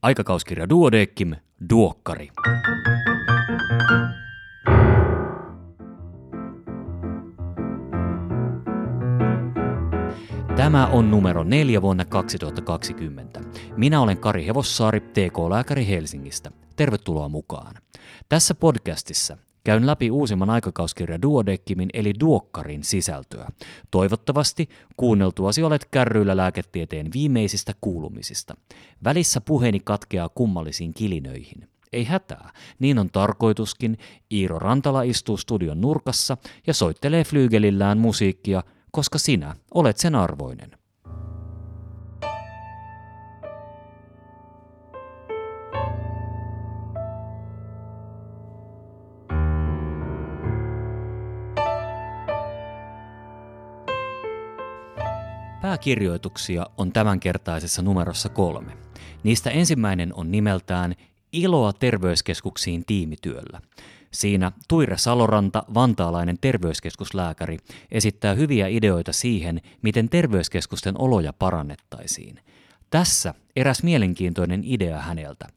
Aikakauskirja Duodeckim, Duokkari. Tämä on numero 4 vuonna 2020. Minä olen Kari Hevossaari, TK-lääkäri Helsingistä. Tervetuloa mukaan. Tässä podcastissa käyn läpi uusimman aikakauskirja Duodeckimin eli Duokkarin sisältöä. Toivottavasti kuunneltuasi olet kärryillä lääketieteen viimeisistä kuulumisista. Välissä puheeni katkeaa kummallisiin kilinöihin. Ei hätää, niin on tarkoituskin. Iiro Rantala istuu studion nurkassa ja soittelee flyygelillään musiikkia, koska sinä olet sen arvoinen. Pääkirjoituksia on tämänkertaisessa numerossa 3. Niistä ensimmäinen on nimeltään Iloa terveyskeskuksiin tiimityöllä. Siinä Tuire Saloranta, vantaalainen terveyskeskuslääkäri, esittää hyviä ideoita siihen, miten terveyskeskusten oloja parannettaisiin. Tässä eräs mielenkiintoinen idea häneltä.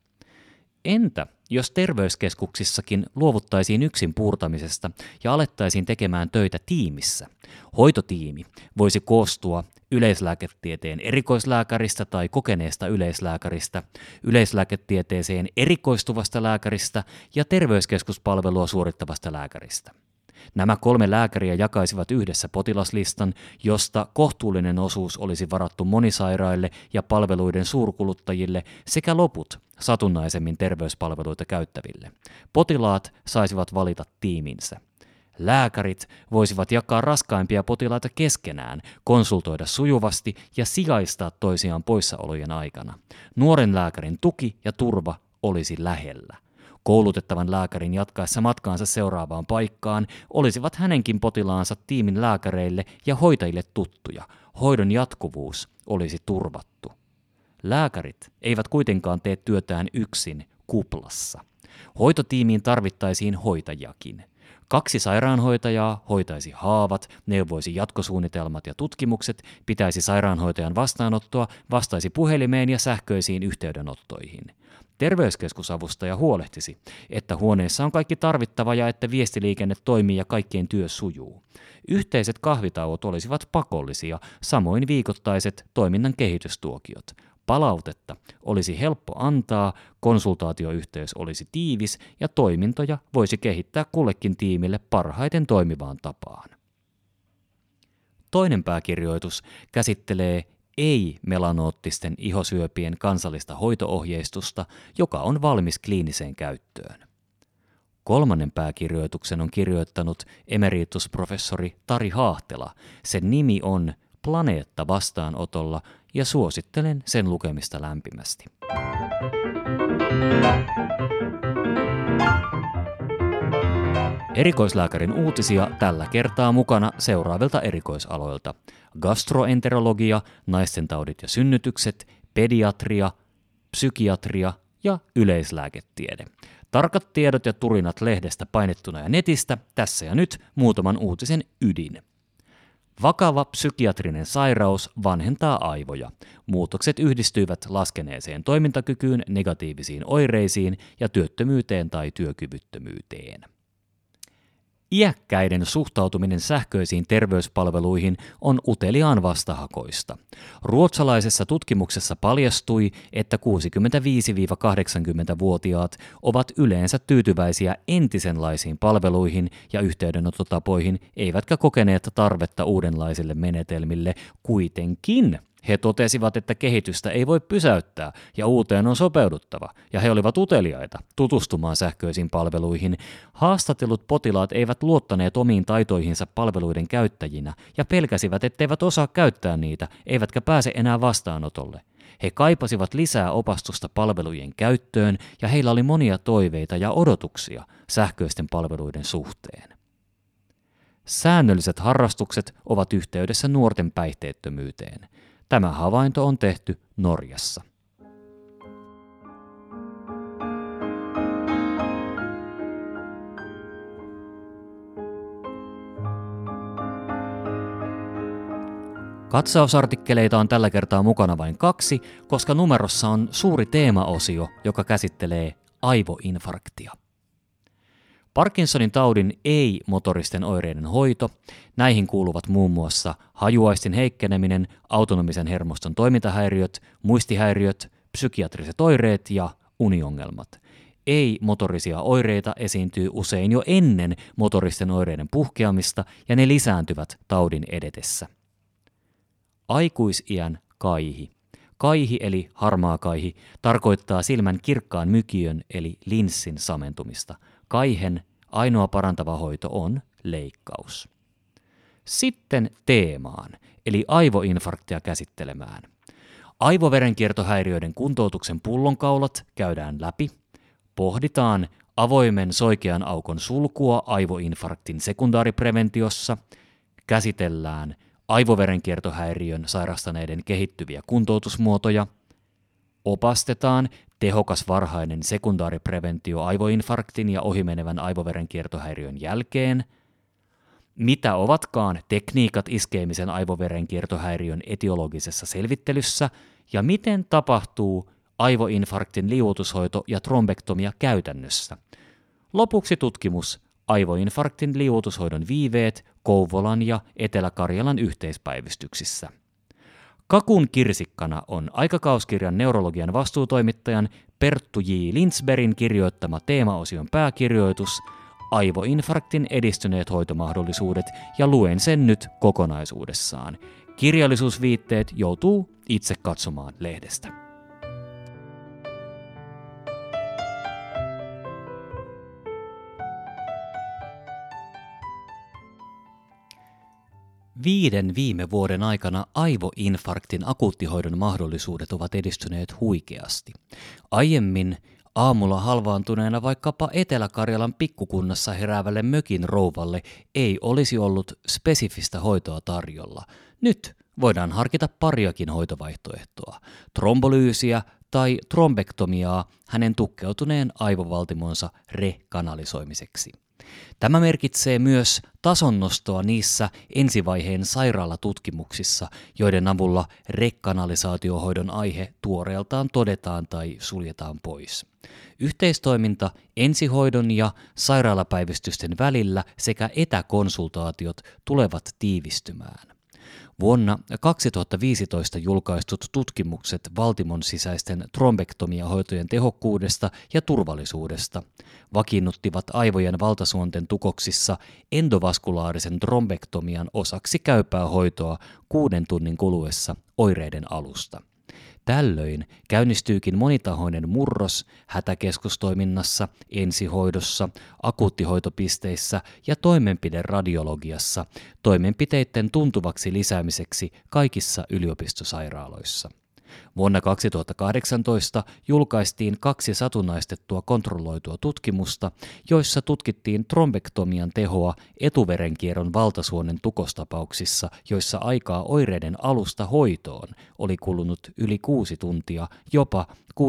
Entä jos terveyskeskuksissakin luovuttaisiin yksin puurtamisesta ja alettaisiin tekemään töitä tiimissä? Hoitotiimi voisi koostua yleislääketieteen erikoislääkäristä tai kokeneesta yleislääkäristä, yleislääketieteeseen erikoistuvasta lääkäristä ja terveyskeskuspalvelua suorittavasta lääkäristä. Nämä 3 lääkäriä jakaisivat yhdessä potilaslistan, josta kohtuullinen osuus olisi varattu monisairaille ja palveluiden suurkuluttajille sekä loput satunnaisemmin terveyspalveluita käyttäville. Potilaat saisivat valita tiiminsä. Lääkärit voisivat jakaa raskaimpia potilaita keskenään, konsultoida sujuvasti ja sijaistaa toisiaan poissaolojen aikana. Nuoren lääkärin tuki ja turva olisi lähellä. Koulutettavan lääkärin jatkaessa matkaansa seuraavaan paikkaan olisivat hänenkin potilaansa tiimin lääkäreille ja hoitajille tuttuja. Hoidon jatkuvuus olisi turvattu. Lääkärit eivät kuitenkaan tee työtään yksin kuplassa. Hoitotiimiin tarvittaisiin hoitajakin. 2 sairaanhoitajaa hoitaisi haavat, neuvoisi jatkosuunnitelmat ja tutkimukset, pitäisi sairaanhoitajan vastaanottoa, vastaisi puhelimeen ja sähköisiin yhteydenottoihin. Terveyskeskusavustaja huolehtisi, että huoneessa on kaikki tarvittava ja että viestiliikenne toimii ja kaikkien työ sujuu. Yhteiset kahvitauot olisivat pakollisia, samoin viikoittaiset toiminnan kehitystuokiot. Palautetta olisi helppo antaa, konsultaatioyhteys olisi tiivis ja toimintoja voisi kehittää kullekin tiimille parhaiten toimivaan tapaan. Toinen pääkirjoitus käsittelee ei-melanoottisten ihosyöpien kansallista hoitoohjeistusta, joka on valmis kliiniseen käyttöön. 3. pääkirjoituksen on kirjoittanut emeritusprofessori Tari Haahtela. Sen nimi on Planeetta vastaanotolla ja suosittelen sen lukemista lämpimästi. Erikoislääkärin uutisia tällä kertaa mukana seuraavilta erikoisaloilta: gastroenterologia, naistentaudit ja synnytykset, pediatria, psykiatria ja yleislääketiede. Tarkat tiedot ja turinat lehdestä painettuna ja netistä, tässä ja nyt muutaman uutisen ydin. Vakava psykiatrinen sairaus vanhentaa aivoja. Muutokset yhdistyivät laskeneeseen toimintakykyyn, negatiivisiin oireisiin ja työttömyyteen tai työkyvyttömyyteen. Iäkkäiden suhtautuminen sähköisiin terveyspalveluihin on uteliaan vastahakoista. Ruotsalaisessa tutkimuksessa paljastui, että 65-80-vuotiaat ovat yleensä tyytyväisiä entisenlaisiin palveluihin ja yhteydenottotapoihin, eivätkä kokeneet tarvetta uudenlaisille menetelmille. Kuitenkin he totesivat, että kehitystä ei voi pysäyttää ja uuteen on sopeuduttava, ja he olivat uteliaita tutustumaan sähköisiin palveluihin. Haastatellut potilaat eivät luottaneet omiin taitoihinsa palveluiden käyttäjinä ja pelkäsivät, etteivät osaa käyttää niitä, eivätkä pääse enää vastaanotolle. He kaipasivat lisää opastusta palvelujen käyttöön ja heillä oli monia toiveita ja odotuksia sähköisten palveluiden suhteen. Säännölliset harrastukset ovat yhteydessä nuorten päihteettömyyteen. Tämä havainto on tehty Norjassa. Katsausartikkeleita on tällä kertaa mukana vain 2, koska numerossa on suuri teemaosio, joka käsittelee aivoinfarktia. Parkinsonin taudin ei-motoristen oireiden hoito. Näihin kuuluvat muun muassa hajuaistin heikkeneminen, autonomisen hermoston toimintahäiriöt, muistihäiriöt, psykiatriset oireet ja uniongelmat. Ei-motorisia oireita esiintyy usein jo ennen motoristen oireiden puhkeamista ja ne lisääntyvät taudin edetessä. Aikuisiän kaihi. Kaihi eli harmaa kaihi tarkoittaa silmän kirkkaan mykiön eli linssin samentumista. Kaihen ainoa parantava hoito on leikkaus. Sitten teemaan, eli aivoinfarktia käsittelemään. Aivoverenkiertohäiriöiden kuntoutuksen pullonkaulat käydään läpi. Pohditaan avoimen soikean aukon sulkua aivoinfarktin sekundaaripreventiossa. Käsitellään aivoverenkiertohäiriön sairastaneiden kehittyviä kuntoutusmuotoja. Opastetaan tehokas varhainen sekundaaripreventio aivoinfarktin ja ohimenevän aivoverenkiertohäiriön jälkeen. Mitä ovatkaan tekniikat iskeemisen aivoverenkiertohäiriön etiologisessa selvittelyssä ja miten tapahtuu aivoinfarktin liuotushoito ja trombektomia käytännössä. Lopuksi tutkimus aivoinfarktin liuotushoidon viiveet Kouvolan ja Etelä-Karjalan yhteispäivystyksissä. Kakun kirsikkana on aikakauskirjan neurologian vastuutoimittajan Perttu J. Lindsbergin kirjoittama teemaosion pääkirjoitus Aivoinfarktin edistyneet hoitomahdollisuudet ja luen sen nyt kokonaisuudessaan. Kirjallisuusviitteet joutuu itse katsomaan lehdestä. Viime vuoden aikana aivoinfarktin akuuttihoidon mahdollisuudet ovat edistyneet huikeasti. Aiemmin aamulla halvaantuneena vaikkapa Etelä-Karjalan pikkukunnassa heräävälle mökin rouvalle ei olisi ollut spesifistä hoitoa tarjolla. Nyt voidaan harkita pariakin hoitovaihtoehtoa, trombolyysiä tai trombektomiaa hänen tukkeutuneen aivovaltimonsa rekanalisoimiseksi. Tämä merkitsee myös tasonnostoa niissä ensivaiheen sairaalatutkimuksissa, joiden avulla rekanalisaatiohoidon aihe tuoreeltaan todetaan tai suljetaan pois. Yhteistoiminta ensihoidon ja sairaalapäivystysten välillä sekä etäkonsultaatiot tulevat tiivistymään. Vuonna 2015 julkaistut tutkimukset valtimon sisäisten trombektomiahoitojen tehokkuudesta ja turvallisuudesta vakiinnuttivat aivojen valtasuonten tukoksissa endovaskulaarisen trombektomian osaksi käypää hoitoa 6 tunnin kuluessa oireiden alusta. Tällöin käynnistyykin monitahoinen murros hätäkeskustoiminnassa, ensihoidossa, akuuttihoitopisteissä ja toimenpideradiologiassa toimenpiteiden tuntuvaksi lisäämiseksi kaikissa yliopistosairaaloissa. Vuonna 2018 julkaistiin 2 satunnaistettua kontrolloitua tutkimusta, joissa tutkittiin trombektomian tehoa etuverenkierron valtasuonen tukostapauksissa, joissa aikaa oireiden alusta hoitoon oli kulunut yli 6 tuntia, jopa 16-24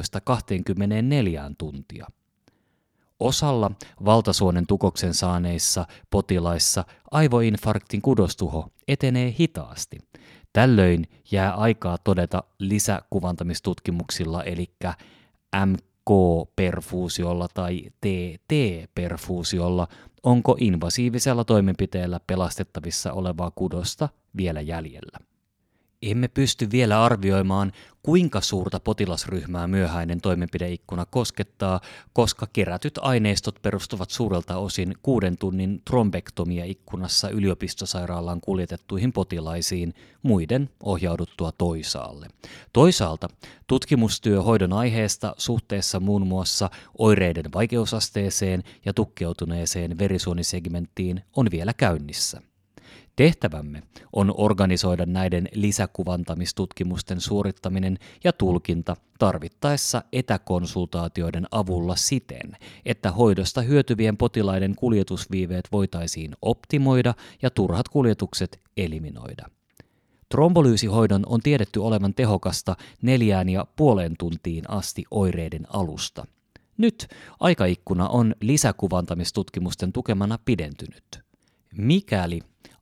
tuntia. Osalla valtasuonen tukoksen saaneissa potilaissa aivoinfarktin kudostuho etenee hitaasti. Tällöin jää aikaa todeta lisäkuvantamistutkimuksilla eli MK-perfuusiolla tai TT-perfuusiolla, onko invasiivisella toimenpiteellä pelastettavissa olevaa kudosta vielä jäljellä. Emme pysty vielä arvioimaan, kuinka suurta potilasryhmää myöhäinen toimenpideikkuna koskettaa, koska kerätyt aineistot perustuvat suurelta osin 6 tunnin trombektomia-ikkunassa yliopistosairaalaan kuljetettuihin potilaisiin, muiden ohjauduttua toisaalle. Toisaalta tutkimustyö hoidon aiheesta suhteessa muun muassa oireiden vaikeusasteeseen ja tukkeutuneeseen verisuonisegmenttiin on vielä käynnissä. Tehtävämme on organisoida näiden lisäkuvantamistutkimusten suorittaminen ja tulkinta tarvittaessa etäkonsultaatioiden avulla siten, että hoidosta hyötyvien potilaiden kuljetusviiveet voitaisiin optimoida ja turhat kuljetukset eliminoida. Trombolyysihoidon on tiedetty olevan tehokasta 4,5 tuntiin asti oireiden alusta. Nyt aikaikkuna on lisäkuvantamistutkimusten tukemana pidentynyt. Mikäli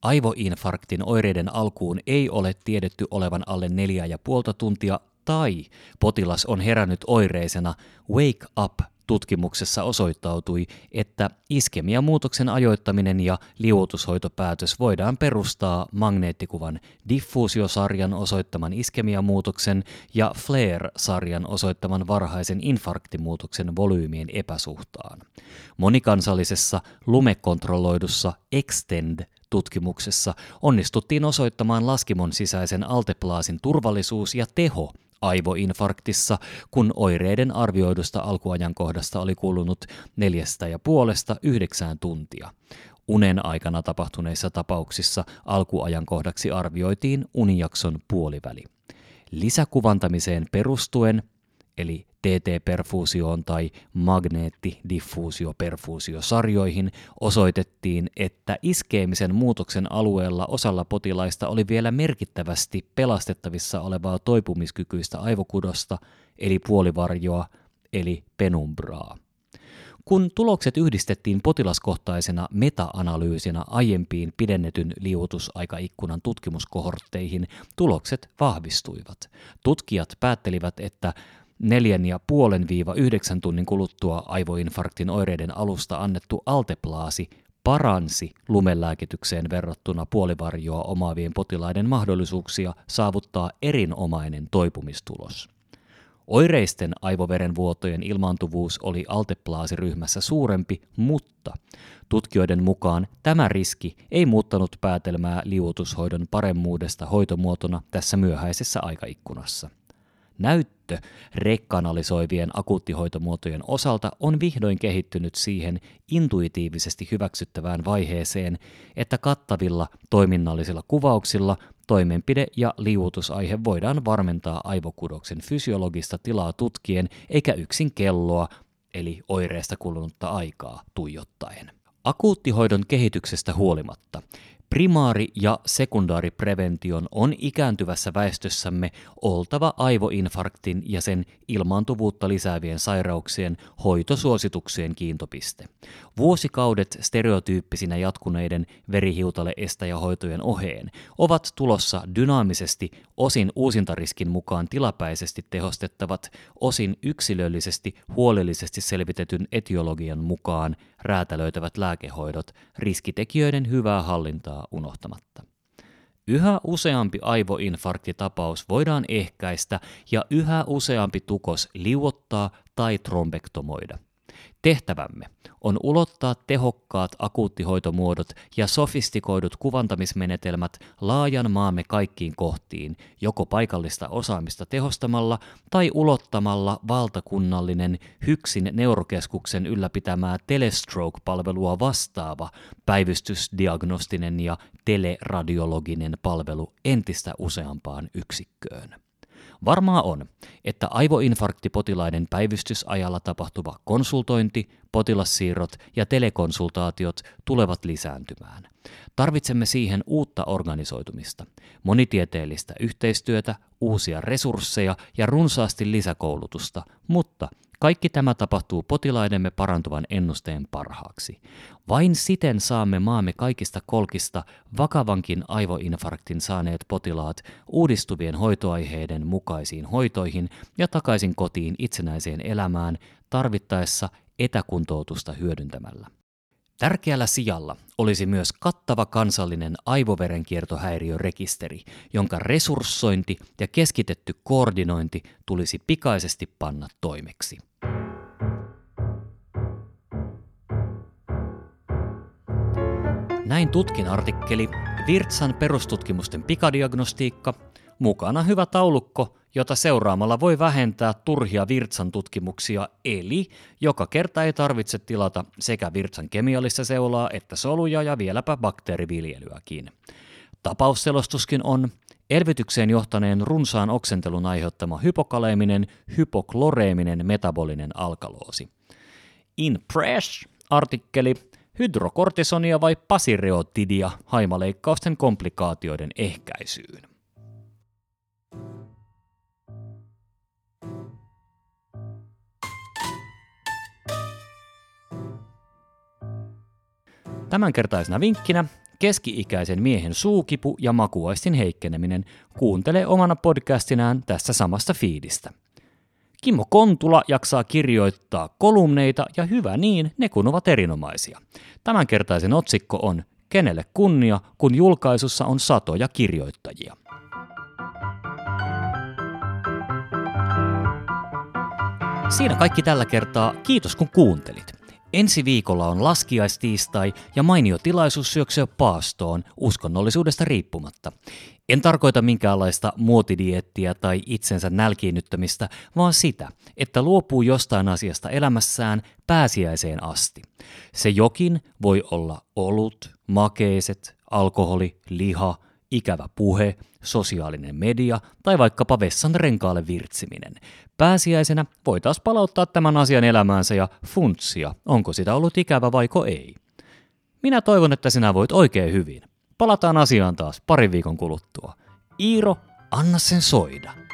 aivoinfarktin oireiden alkuun ei ole tiedetty olevan alle 4,5 tuntia tai potilas on herännyt oireisena, Wake Up-tutkimuksessa osoittautui, että iskemiamuutoksen ajoittaminen ja liuotushoitopäätös voidaan perustaa magneettikuvan diffuusiosarjan osoittaman iskemiamuutoksen ja FLAIR-sarjan osoittaman varhaisen infarktimuutoksen volyymien epäsuhtaan. Monikansallisessa lumekontrolloidussa EXTEND-tutkimuksessa onnistuttiin osoittamaan laskimon sisäisen alteplaasin turvallisuus ja teho aivoinfarktissa, kun oireiden arvioidusta alkuajankohdasta oli kulunut 4,5–9 tuntia. Unen aikana tapahtuneissa tapauksissa alkuajankohdaksi arvioitiin unijakson puoliväli. Lisäkuvantamiseen perustuen, eli TT-perfuusioon tai magneettidiffuusioperfuusiosarjoihin, osoitettiin, että iskeemisen muutoksen alueella osalla potilaista oli vielä merkittävästi pelastettavissa olevaa toipumiskykyistä aivokudosta, eli puolivarjoa, eli penumbraa. Kun tulokset yhdistettiin potilaskohtaisena meta-analyysinä aiempiin pidennetyn liuotusaikaikkunan tutkimuskohortteihin, tulokset vahvistuivat. Tutkijat päättelivät, että 4,5–9 tunnin kuluttua aivoinfarktin oireiden alusta annettu alteplaasi paransi lumelääkitykseen verrattuna puolivarjoa omaavien potilaiden mahdollisuuksia saavuttaa erinomainen toipumistulos. Oireisten aivoverenvuotojen ilmaantuvuus oli alteplaasiryhmässä suurempi, mutta tutkijoiden mukaan tämä riski ei muuttanut päätelmää liuotushoidon paremmuudesta hoitomuotona tässä myöhäisessä aikaikkunassa. Näyttö rekanalisoivien akuuttihoitomuotojen osalta on vihdoin kehittynyt siihen intuitiivisesti hyväksyttävään vaiheeseen, että kattavilla toiminnallisilla kuvauksilla toimenpide- ja liuotusaihe voidaan varmentaa aivokudoksen fysiologista tilaa tutkien eikä yksin kelloa, eli oireesta kulunutta aikaa tuijottaen. Akuuttihoidon kehityksestä huolimatta primaari- ja sekundaariprevention on ikääntyvässä väestössämme oltava aivoinfarktin ja sen ilmaantuvuutta lisäävien sairauksien hoitosuosituksien kiintopiste. Vuosikaudet stereotyyppisinä jatkuneiden verihiutale-estäjähoitojen oheen ovat tulossa dynaamisesti osin uusintariskin mukaan tilapäisesti tehostettavat, osin yksilöllisesti huolellisesti selvitetyn etiologian mukaan räätälöitävät lääkehoidot riskitekijöiden hyvää hallintaa unohtamatta. Yhä useampi aivoinfarktitapaus voidaan ehkäistä ja yhä useampi tukos liuottaa tai trombektomoida. Tehtävämme on ulottaa tehokkaat akuuttihoitomuodot ja sofistikoidut kuvantamismenetelmät laajan maamme kaikkiin kohtiin, joko paikallista osaamista tehostamalla tai ulottamalla valtakunnallinen HYKSin neurokeskuksen ylläpitämää telestroke-palvelua vastaava päivystysdiagnostinen ja teleradiologinen palvelu entistä useampaan yksikköön. Varmaa on, että aivoinfarktipotilaiden päivystysajalla tapahtuva konsultointi, potilassiirrot ja telekonsultaatiot tulevat lisääntymään. Tarvitsemme siihen uutta organisoitumista, monitieteellistä yhteistyötä, uusia resursseja ja runsaasti lisäkoulutusta, mutta kaikki tämä tapahtuu potilaidemme parantuvan ennusteen parhaaksi. Vain siten saamme maamme kaikista kolkista vakavankin aivoinfarktin saaneet potilaat uudistuvien hoitoaiheiden mukaisiin hoitoihin ja takaisin kotiin itsenäiseen elämään tarvittaessa etäkuntoutusta hyödyntämällä. Tärkeällä sijalla olisi myös kattava kansallinen aivoverenkiertohäiriörekisteri, jonka resurssointi ja keskitetty koordinointi tulisi pikaisesti panna toimeksi. Näin tutkin artikkeli Virtsan perustutkimusten pikadiagnostiikka, mukana hyvä taulukko, jota seuraamalla voi vähentää turhia Virtsan tutkimuksia, eli joka kerta ei tarvitse tilata sekä Virtsan kemiallista seulaa että soluja ja vieläpä bakteeriviljelyäkin. Tapausselostuskin on elvytykseen johtaneen runsaan oksentelun aiheuttama hypokaleeminen, hypokloreeminen metabolinen alkaloosi. Artikkeli hydrokortisonia vai pasireotidia haimaleikkausten komplikaatioiden ehkäisyyn. Tämänkertaisena vinkkinä keski-ikäisen miehen suukipu ja makuaistin heikkeneminen kuuntelee omana podcastinään tästä samasta fiidistä. Kimmo Kontula jaksaa kirjoittaa kolumneita ja hyvä niin, ne kun ovat erinomaisia. Tämänkertaisen otsikko on Kenelle kunnia, kun julkaisussa on satoja kirjoittajia. Siinä kaikki tällä kertaa. Kiitos kun kuuntelit. Ensi viikolla on laskiaistiistai ja mainio tilaisuus syöksyä paastoon uskonnollisuudesta riippumatta. En tarkoita minkäänlaista muotidiettiä tai itsensä nälkiinnyttämistä, vaan sitä, että luopuu jostain asiasta elämässään pääsiäiseen asti. Se jokin voi olla olut, makeiset, alkoholi, liha, ikävä puhe, sosiaalinen media tai vaikkapa vessan renkaalle virtsiminen. Pääsiäisenä voi taas palauttaa tämän asian elämäänsä ja funtsia, onko sitä ollut ikävä vaiko ei. Minä toivon, että sinä voit oikein hyvin. Palataan asiaan taas parin viikon kuluttua. Iiro, anna sen soida.